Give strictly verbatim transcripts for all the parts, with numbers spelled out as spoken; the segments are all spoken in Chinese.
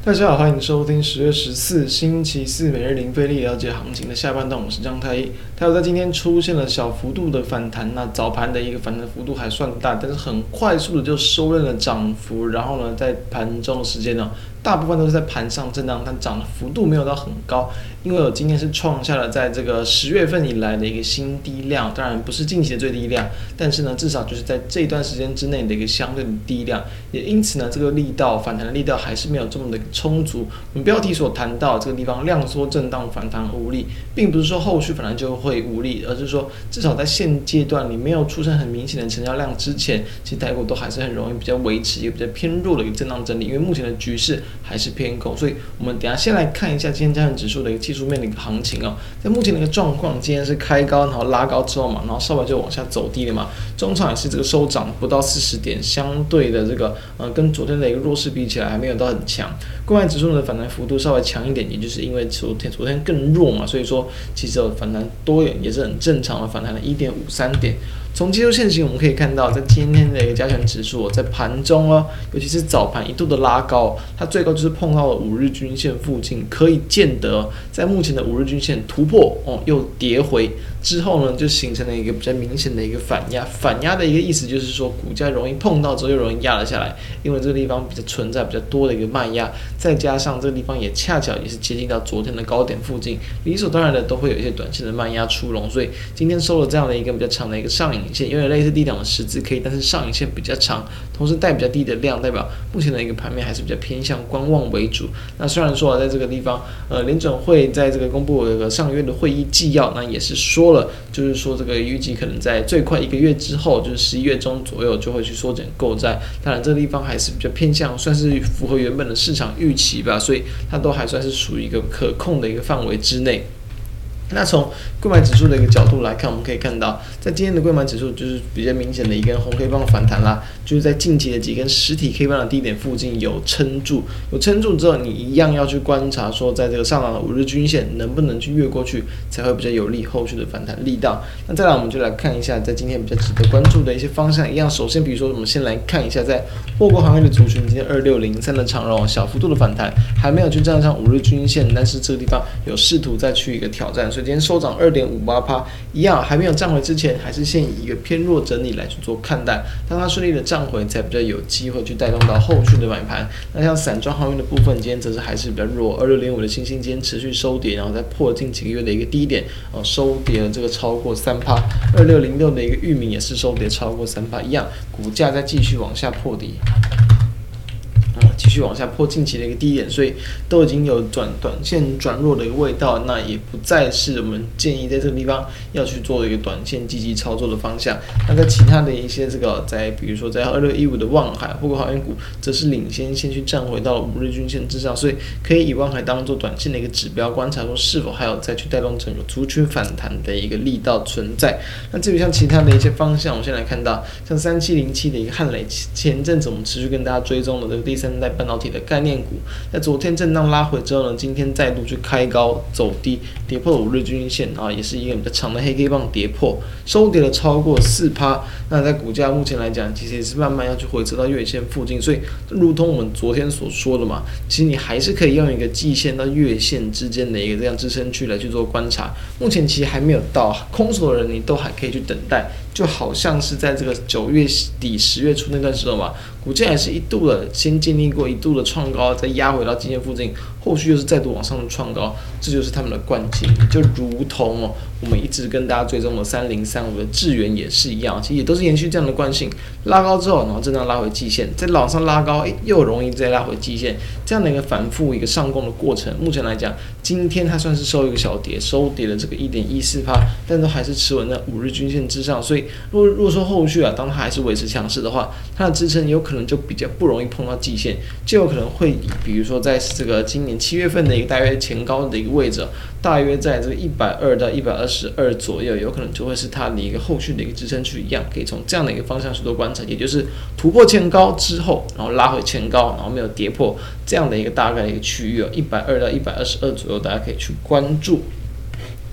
大家好，欢迎收听十月十四星期四每日零费力了解行情的下半段，我是张太一。台股在今天出现了小幅度的反弹，那早盘的一个反弹幅度还算大，但是很快速的就收敛了涨幅，然后呢，在盘中的时间呢，大部分都是在盘上震荡，但涨的幅度没有到很高，因为我今天是创下了在这个十月份以来的一个新低量，当然不是近期的最低量，但是呢，至少就是在这一段时间之内的一个相对的低量，也因此呢，这个力道反弹的力道还是没有这么的充足。我们标题所谈到这个地方量缩震荡反弹无力，并不是说后续反弹就会无力，而是说至少在现阶段你没有出现很明显的成交量之前，其实台股都还是很容易比较维持一个比较偏弱的一个震荡整理，因为目前的局势还是偏空，所以我们等一下先来看一下今天加权指数的一个技术面的一个行情哦。在目前的一个状况，今天是开高然后拉高之后嘛，然后稍微就往下走低了嘛，中场也是这个收涨不到四十点，相对的这个呃跟昨天的一个弱势比起来还没有到很强。柜买指数的反弹幅度稍微强一点，也就是因为昨天昨天更弱嘛，所以说其实有反弹多点也是很正常的，反弹了 一点五三点。从技术线型我们可以看到，在今天的一个加权指数，在盘中哦，尤其是早盘一度的拉高，它最高就是碰到了五日均线附近，可以见得在目前的五日均线突破哦，又跌回之后呢，就形成了一个比较明显的一个反压。反压的一个意思就是说，股价容易碰到之后又容易压了下来，因为这个地方比较存在比较多的一个卖压，再加上这个地方也恰巧也是接近到昨天的高点附近，理所当然的都会有一些短线的卖压出笼，所以今天收了这样的一个比较长的一个上影线，有点类似低档的十字 K， 但是上影线比较长，同时带比较低的量，代表目前的一个盘面还是比较偏向观望为主。那虽然说在这个地方，呃，联准会在这个公布这个上个月的会议纪要，那也是说了，就是说这个预计可能在最快一个月之后，就是十一月中左右就会去缩减购债。当然，这个地方还是比较偏向，算是符合原本的市场预期吧，所以它都还算是属于一个可控的一个范围之内。那从柜买指数的一个角度来看，我们可以看到，在今天的柜买指数就是比较明显的一根红 K 棒反弹啦，就是在近期的几根实体 K 棒的低点附近有撑住，有撑住之后，你一样要去观察说，在这个上涨的五日均线能不能去越过去，才会比较有利后续的反弹力道。那再来，我们就来看一下在今天比较值得关注的一些方向。一样，首先比如说，我们先来看一下在货柜行业的族群，今天二六零三的长荣小幅度的反弹，还没有去站上五日均线，但是这个地方有试图再去一个挑战，所以今天收涨 二点五八趴， 一样还没有站回之前，还是先以一个偏弱整理来去做看待。当它顺利的站回，才比较有机会去带动到后续的买盘。那像散装航运的部分，今天则是还是比较弱，二六零五的星星今天持续收跌，然后再破近几个月的一个低点，哦，收跌了这个超过三趴。二六零六的一个裕民也是收跌超过三趴，一样股价在继续往下破底。继续往下破近期的一个低点，所以都已经有转短线转弱的一个味道，那也不再是我们建议在这个地方要去做一个短线积极操作的方向。那在其他的一些这个，在比如说在二六一五的万海货柜航运股，则是领先先去站回到五日均线之上，所以可以以万海当做短线的一个指标，观察说是否还有再去带动整个族群反弹的一个力道存在。那至于像其他的一些方向，我们先来看到像三七零七的一个汉磊，前阵子我们持续跟大家追踪的这个第三代半导体的概念股，在昨天震荡拉回之后呢，今天再度去开高走低，跌破了五日均线啊，也是一个比较长的黑 K 棒跌破，收跌了超过四趴。那在股价目前来讲，其实也是慢慢要去回撤到月线附近，所以如同我们昨天所说的嘛，其实你还是可以用一个季线到月线之间的一个这样支撑区来去做观察。目前其实还没有到，空手的人你都还可以去等待，就好像是在这个九月底十月初那段时候嘛，股价也是一度的先经历过一度的创高，再压回到季线附近，后续又是再度往上的创高，这就是他们的惯性。就如同哦，我们一直跟大家追踪的三零三五的智原也是一样，其实也都是延续这样的惯性，拉高之后，然后震荡拉回季线，再往上拉高，哎，又容易再拉回季线，这样的一个反复一个上攻的过程。目前来讲，今天它算是收一个小跌，收跌了这个 一点一四趴，但都还是持稳在五日均线之上，所以如果如果说后续啊，当它还是维持强势的话，它的支撑有可能就比较不容易碰到季线，就有可能会以比如说在这个今年七月份的一个大约前高的一个位置，大约在这个一百二到一百二十二左右，有可能就会是它的一个后续的一个支撑区一样，可以从这样的一个方向去做观察，也就是突破前高之后，然后拉回前高，然后没有跌破这样的一个大概的一个区域哦，一百二到一百二十二左右，大家可以去关注。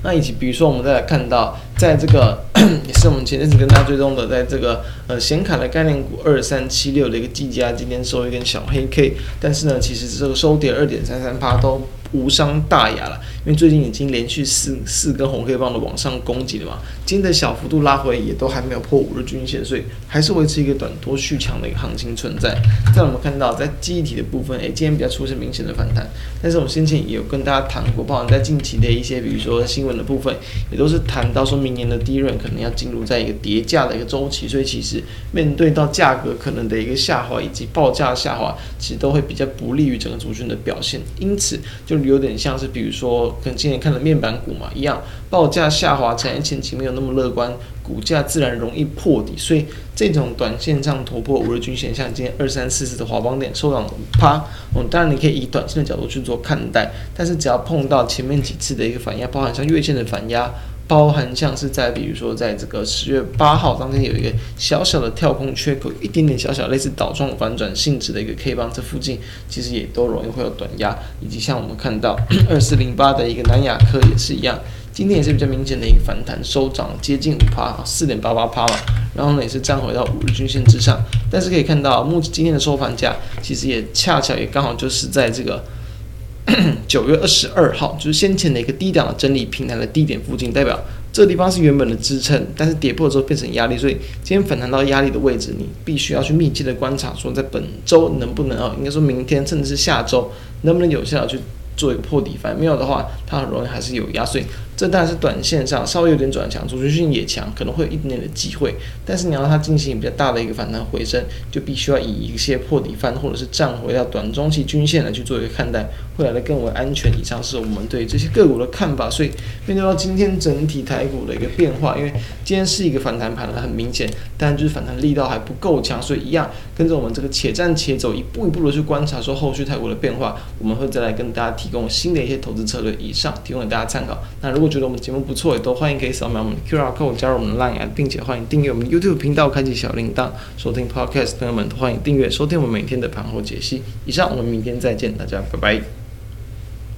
那以及比如说我们再来看到，在这个也是我们前阵子跟大家追踪的，在这个呃显卡的概念股二三七六的一个技嘉，今天收一根小黑 K， 但是呢，其实这个收跌二点三三%都无伤大雅了，因为最近已经连续四四根红黑棒的往上攻击了嘛，今天的小幅度拉回也都还没有破五日均线，所以还是维持一个短多续强的一个行情存在。再我们看到在记忆体的部分，哎，今天比较出现明显的反弹，但是我们先前也有跟大家谈过，包含在近期的一些，比如说新闻的部分，也都是谈到说明年的第一轮可能要进入在一个跌价的一个周期，所以其实面对到价格可能的一个下滑以及报价下滑，其实都会比较不利于整个族群的表现，因此就有点像是比如说跟今年看的面板股嘛一样，报价下滑，产业前景没有那么乐观，股价自然容易破底，所以这种短线上突破五日均线，像今天二三四四的华邦电收涨五趴，嗯，当然你可以以短线的角度去做看待，但是只要碰到前面几次的一个反压，包含像月线的反压，包含像是在比如说在这个十月八号当天有一个小小的跳空缺口，一点点小小类似倒状反转性质的一个 K 棒，这附近其实也都容易会有短压，以及像我们看到二四零八的一个南亚科也是一样。今天也是比较明显的一个反弹，收涨接近 百分之五， 四点八八%嘛，然后呢也是站回到五日均线之上，但是可以看到目今天的收盘价其实也恰巧也刚好就是在这个九月二十二号，就是先前的一个低档的整理平台的低点附近，代表这个地方是原本的支撑，但是跌破之后变成压力，所以今天反弹到压力的位置，你必须要去密切的观察，说在本周能不能哦，应该说明天甚至是下周能不能有效的去做一个破底翻，没有的话，它很容易还是有压，所以这当然是短线上稍微有点转强，族群性也强，可能会有一点点的机会，但是你要让它进行比较大的一个反弹回升，就必须要以一些破底翻或者是站回到短中期均线来去做一个看待，会来的更为安全。以上是我们对这些个股的看法，所以面对到今天整体台股的一个变化，因为今天是一个反弹盘，很明显，但就是反弹力道还不够强，所以一样跟着我们这个且战且走，一步一步的去观察说后续台股的变化，我们会再来跟大家提供新的一些投资策略，以上提供给大家参考。那如果觉得我们节目不错，也都欢迎可以扫描我们的 Q R code 加入我们的 LINE， 并且欢迎订阅我们的 YouTube 频道，开启小铃铛，收听 Podcast。朋友们都欢迎订阅收听我们每天的盘后解析。以上，我们明天再见，大家拜拜。